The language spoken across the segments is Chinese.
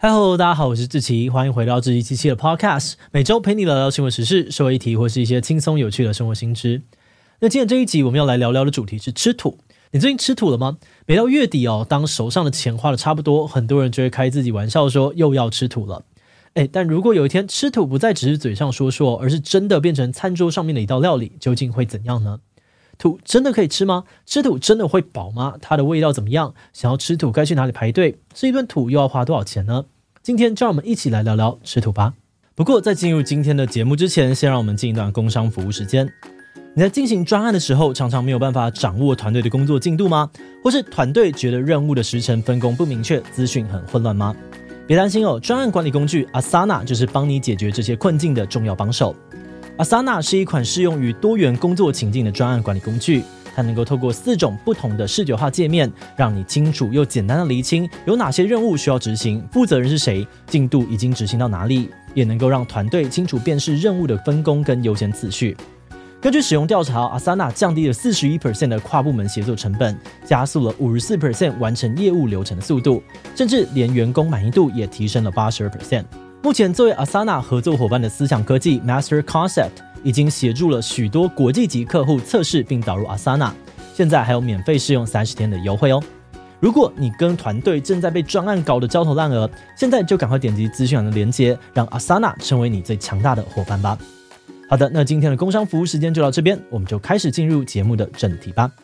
Hello， 大家好，我是志祺，欢迎回到志祺七七的 Podcast， 每周陪你聊聊新闻时事、社会议题或是一些轻松有趣的生活新知。那今天这一集我们要来聊聊的主题是吃土。你最近吃土了吗？每到月底当手上的钱花的差不多，很多人就会开自己玩笑说又要吃土了。但如果有一天吃土不再只是嘴上说说，而是真的变成餐桌上面的一道料理，究竟会怎样呢？土真的可以吃吗？吃土真的会饱吗？它的味道怎么样？想要吃土该去哪里排队？吃一顿土又要花多少钱呢？今天就让我们一起来聊聊吃土吧。不过在进入今天的节目之前，先让我们进一段工商服务时间。你在进行专案的时候，常常没有办法掌握团队的工作进度吗？或是团队觉得任务的时程分工不明确，资讯很混乱吗？别担心专案管理工具 Asana 就是帮你解决这些困境的重要帮手。Asana 是一款适用于多元工作情境的专案管理工具，它能够透过4种不同的视觉化界面，让你清楚又简单的厘清有哪些任务需要执行，负责人是谁，进度已经执行到哪里，也能够让团队清楚辨识任务的分工跟优先次序。根据使用调查 ，Asana 降低了 41% 的跨部门协作成本，加速了 54% 完成业务流程的速度，甚至连员工满意度也提升了 82%。目前作为 Asana 合作伙伴的思想科技 Master Concept 已经协助了许多国际级客户测试并导入 Asana， 现在还有免费试用30天的优惠哦。如果你跟团队正在被专案搞得焦头烂额，现在就赶快点击资讯栏的连结，让 Asana 成为你最强大的伙伴吧。好的，那今天的工商服务时间就到这边，我们就开始进入节目的正题吧。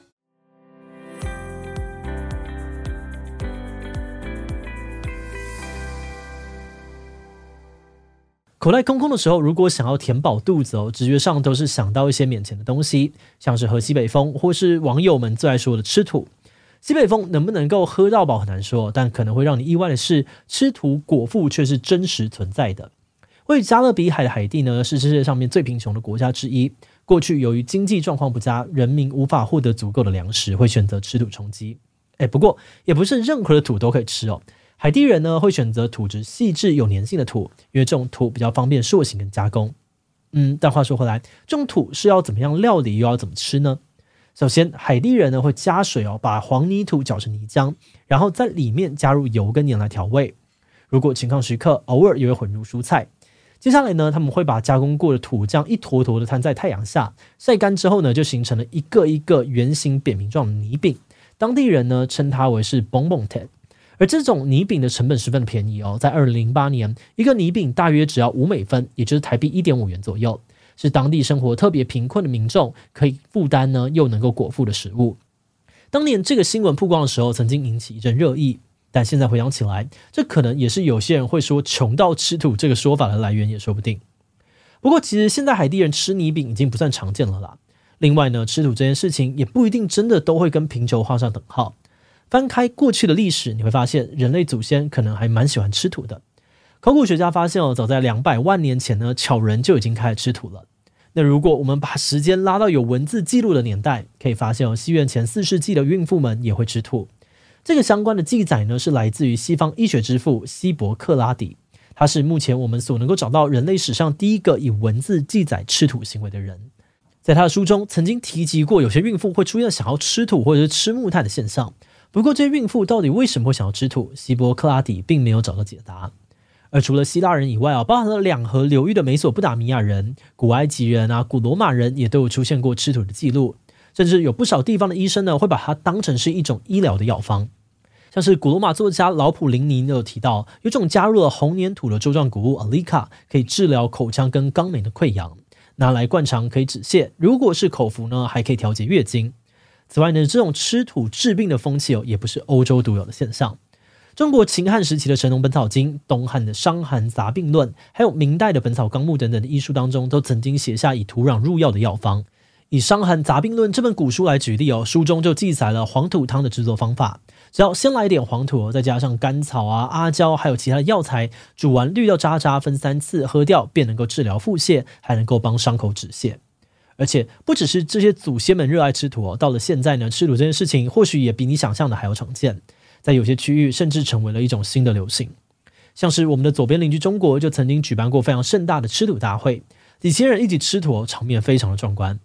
口袋空空的时候，如果想要填饱肚子直觉上都是想到一些免钱的东西，像是喝西北风，或是网友们最爱说的吃土。西北风能不能够喝到饱很难说，但可能会让你意外的是，吃土果腹却是真实存在的。位于加勒比海的海地呢，是世界上面最贫穷的国家之一。过去由于经济状况不佳，人民无法获得足够的粮食，会选择吃土充饥。不过也不是任何的土都可以吃海地人呢会选择土质细致有粘性的土，因为这种土比较方便塑形跟加工。但话说回来，这种土是要怎么样料理，又要怎么吃呢？首先，海地人呢会加水把黄泥土搅成泥浆，然后在里面加入油跟盐来调味。如果情况许可，偶尔也会混入蔬菜。接下来呢，他们会把加工过的土这样一坨坨的摊在太阳下，晒干之后呢，就形成了一个一个圆形扁平状的泥饼。当地人呢称它为是 bonbon。而这种泥饼的成本十分的便宜在2008年，一个泥饼大约只要5美分，也就是台币 1.5 元左右，是当地生活特别贫困的民众可以负担呢又能够果腹的食物。当年这个新闻曝光的时候，曾经引起一阵热议，但现在回想起来，这可能也是有些人会说穷到吃土这个说法的来源也说不定。不过其实现在海地人吃泥饼已经不算常见了啦。另外呢，吃土这件事情也不一定真的都会跟贫穷画上等号。翻开过去的历史，你会发现人类祖先可能还蛮喜欢吃土的。考古学家发现早在200万年前呢，巧人就已经开始吃土了。那如果我们把时间拉到有文字记录的年代，可以发现西元前4世纪的孕妇们也会吃土。这个相关的记载呢，是来自于西方医学之父希伯克拉底，他是目前我们所能够找到人类史上第一个以文字记载吃土行为的人。在他的书中曾经提及过，有些孕妇会出现想要吃土或者是吃木炭的现象。不过这些孕妇到底为什么会想要吃土，希伯克拉底并没有找到解答。而除了希腊人以外包含了2河流域的美索不达米亚人、古埃及人古罗马人也都有出现过吃土的记录，甚至有不少地方的医生呢会把它当成是一种医疗的药方。像是古罗马作家老普林尼有提到，有种加入了红粘土的柱状谷物 Alica 可以治疗口腔跟肛门的溃疡，拿来灌肠可以止泻，如果是口服呢还可以调节月经。此外呢，这种吃土治病的风气也不是欧洲独有的现象。中国秦汉时期的《神农本草经》、东汉的《伤寒杂病论》，还有明代的《本草纲目》等等的医书当中，都曾经写下以土壤入药的药方。以《伤寒杂病论》这本古书来举例书中就记载了黄土汤的制作方法。只要先来一点黄土再加上甘草阿胶，还有其他的药材，煮完滤掉渣渣，分3次喝掉，便能够治疗腹泻，还能够帮伤口止泻。而且不只是这些祖先们热爱吃土到了现在呢，吃土这件事情或许也比你想象的还要常见，在有些区域甚至成为了一种新的流行。像是我们的左边邻居中国就曾经举办过非常盛大的吃土大会，几千人一起吃土场面非常的壮观。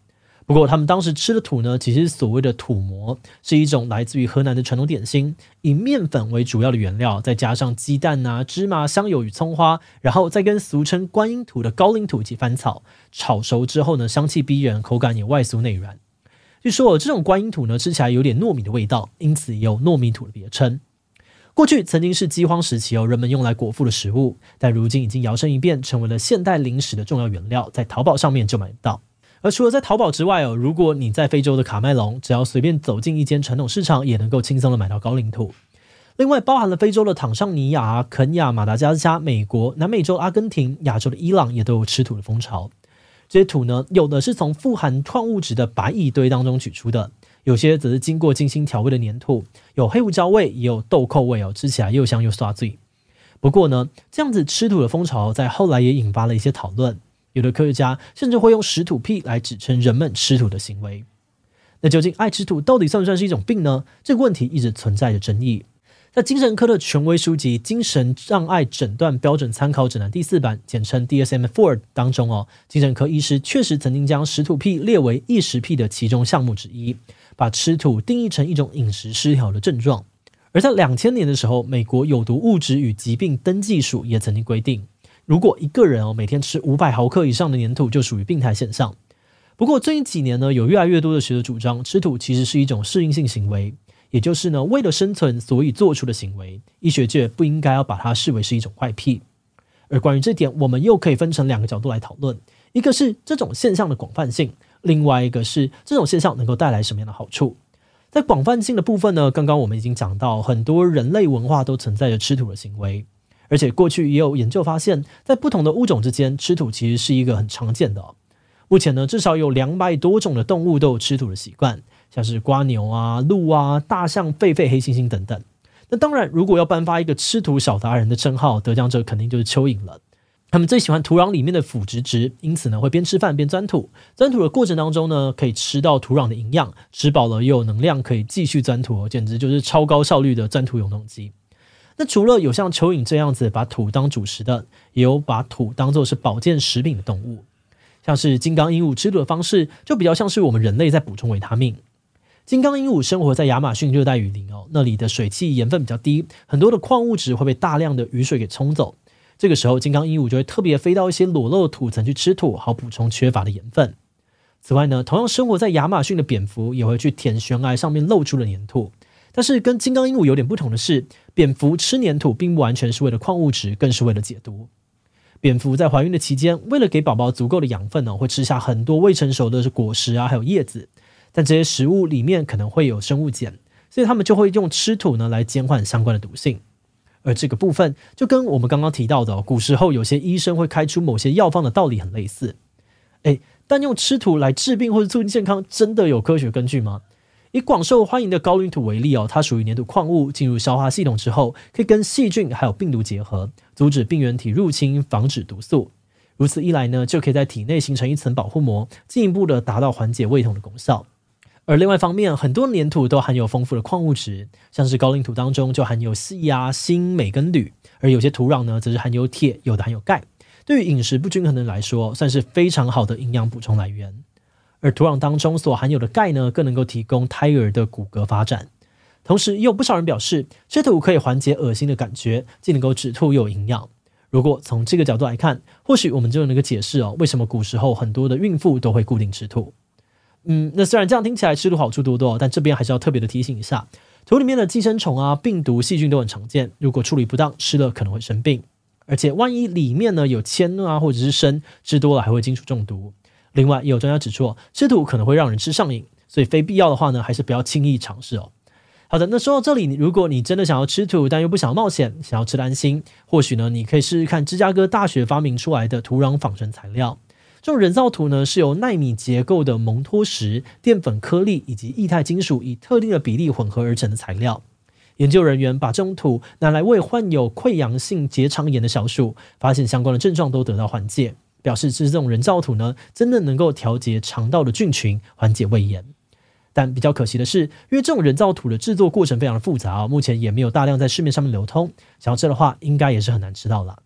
不过他们当时吃的土呢，其实所谓的土馍是一种来自于河南的传统点心，以面粉为主要的原料，再加上鸡蛋啊、芝麻、香油与葱花，然后再跟俗称观音土的高岭土一起翻炒，炒熟之后呢，香气逼人，口感也外酥内软。据说这种观音土呢，吃起来有点糯米的味道，因此也有糯米土的别称。过去曾经是饥荒时期人们用来果腹的食物，但如今已经摇身一变，成为了现代零食的重要原料，在淘宝上面就买得到。而除了在淘宝之外如果你在非洲的卡麦隆，只要随便走进一间传统市场，也能够轻松的买到高岭土。另外包含了非洲的坦桑尼亚、肯亚、马达加斯加、美国、南美洲阿根廷、亚洲的伊朗也都有吃土的风潮。这些土呢，有的是从富含矿物质的白蚁堆当中取出的，有些则是经过精心调味的粘土，有黑胡椒味，也有豆蔻味吃起来又香又刷嘴。不过呢，这样子吃土的风潮在后来也引发了一些讨论，有的科学家甚至会用食土癖来指称人们吃土的行为。那究竟爱吃土到底算不算是一种病呢？这个问题一直存在着争议。在精神科的权威书籍《精神障碍诊断标准参考指南》第4版，简称 DSM-4 当中精神科医师确实曾经将食土癖列为异食癖的其中项目之一，把吃土定义成一种饮食失调的症状。而在2000年的时候，美国有毒物质与疾病登记署也曾经规定，如果一个人每天吃500毫克以上的粘土，就属于病态现象。不过最近几年呢，有越来越多的学者主张，吃土其实是一种适应性行为，也就是呢，为了生存所以做出的行为，医学界不应该要把它视为是一种怪癖。而关于这点，我们又可以分成2个角度来讨论，一个是这种现象的广泛性，另外一个是这种现象能够带来什么样的好处。在广泛性的部分呢，刚刚我们已经讲到，很多人类文化都存在着吃土的行为，而且过去也有研究发现，在不同的物种之间，吃土其实是一个很常见的目前呢，至少有200多种的动物都有吃土的习惯，像是蝸牛啊、鹿啊、大象、狒狒、黑猩猩等等。那当然，如果要颁发一个吃土小达人的称号，得奖者肯定就是蚯蚓了。他们最喜欢土壤里面的腐殖质，因此呢，会边吃饭边钻土。钻土的过程当中呢，可以吃到土壤的营养，吃饱了又有能量，可以继续钻土简直就是超高效率的钻土永动机。那除了有像蚯蚓这样子把土当主食的，也有把土当作是保健食品的动物。像是金刚鹦鹉吃土的方式，就比较像是我们人类在补充维他命。金刚鹦鹉生活在亚马逊热带雨林那里的水汽盐分比较低，很多的矿物质会被大量的雨水给冲走。这个时候，金刚鹦鹉就会特别飞到一些裸露的土层去吃土，好补充缺乏的盐分。此外呢，同样生活在亚马逊的蝙蝠也会去舔悬崖上面露出的粘土。但是跟金刚鹦鹉有点不同的是，蝙蝠吃粘土并不完全是为了矿物质，更是为了解毒。蝙蝠在怀孕的期间，为了给宝宝足够的养分会吃下很多未成熟的果实啊，还有叶子。但这些食物里面可能会有生物碱，所以他们就会用吃土呢来减缓相关的毒性。而这个部分就跟我们刚刚提到的古时候有些医生会开出某些药方的道理很类似。但用吃土来治病或者促进健康，真的有科学根据吗？以广受欢迎的高岭土为例它属于粘土矿物，进入消化系统之后，可以跟细菌还有病毒结合，阻止病原体入侵，防止毒素。如此一来呢，就可以在体内形成一层保护膜，进一步的达到缓解胃痛的功效。而另外一方面，很多粘土都含有丰富的矿物质，像是高岭土当中就含有硒啊、锌、镁跟铝，而有些土壤呢则是含有铁，有的含有钙。对于饮食不均衡的人来说，算是非常好的营养补充来源。而土壤当中所含有的钙呢，更能够提供胎儿的骨骼发展。同时，也有不少人表示，吃土可以缓解恶心的感觉，既能够止吐又有营养。如果从这个角度来看，或许我们就能够解释为什么古时候很多的孕妇都会固定吃土。那虽然这样听起来吃土好处多多，但这边还是要特别的提醒一下，土里面的寄生虫啊、病毒、细菌都很常见，如果处理不当，吃了可能会生病。而且万一里面呢有铅啊或者是砷，吃多了还会金属中毒。另外也有专家指出，吃土可能会让人吃上瘾，所以非必要的话呢，还是不要轻易尝试好的，那说到这里，如果你真的想要吃土，但又不想要冒险，想要吃得安心，或许呢，你可以试试看芝加哥大学发明出来的土壤仿生材料。这种人造土呢，是由奈米结构的蒙脱石、淀粉颗粒以及液态金属以特定的比例混合而成的材料。研究人员把这种土拿来为患有溃疡性结肠炎的小鼠，发现相关的症状都得到缓解，表示这种人造土呢，真的能够调节肠道的菌群，缓解胃炎。但比较可惜的是，因为这种人造土的制作过程非常的复杂目前也没有大量在市面上面流通，想要吃的话，应该也是很难吃到了。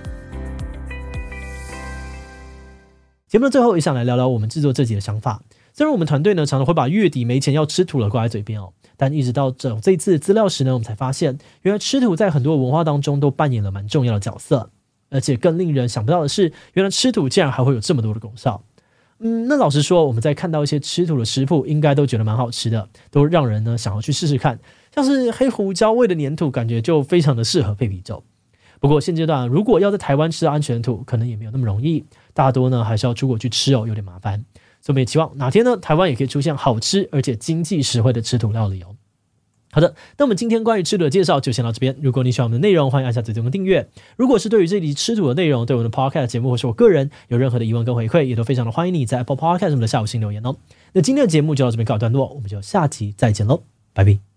节目的最后也想来聊聊我们制作这集的想法。 虽然我们团队呢常常会把月底没钱要吃土了挂在嘴边哦，但一直到这一次资料时呢，我们才发现，原来吃土在很多文化当中都扮演了蛮重要的角色。而且更令人想不到的是，原来吃土竟然还会有这么多的功效。那老实说，我们在看到一些吃土的食谱，应该都觉得蛮好吃的，都让人呢想要去试试看。像是黑胡椒味的黏土，感觉就非常的适合配啤酒。不过现阶段，如果要在台湾吃到安全的土，可能也没有那么容易，大多呢还是要出国去吃哦，有点麻烦。所以我们也期望哪天呢，台湾也可以出现好吃而且经济实惠的吃土料理哦。好的，那我们今天关于吃土的介绍就先到这边。如果你喜欢我们的内容，欢迎按下追踪跟订阅。如果是对于这集吃土的内容，对我们的 Podcast 节目或是我个人有任何的疑问跟回馈，也都非常的欢迎你在 Apple Podcast 的下午新留言哦。那今天的节目就到这边告一段落，我们就下集再见喽，拜拜。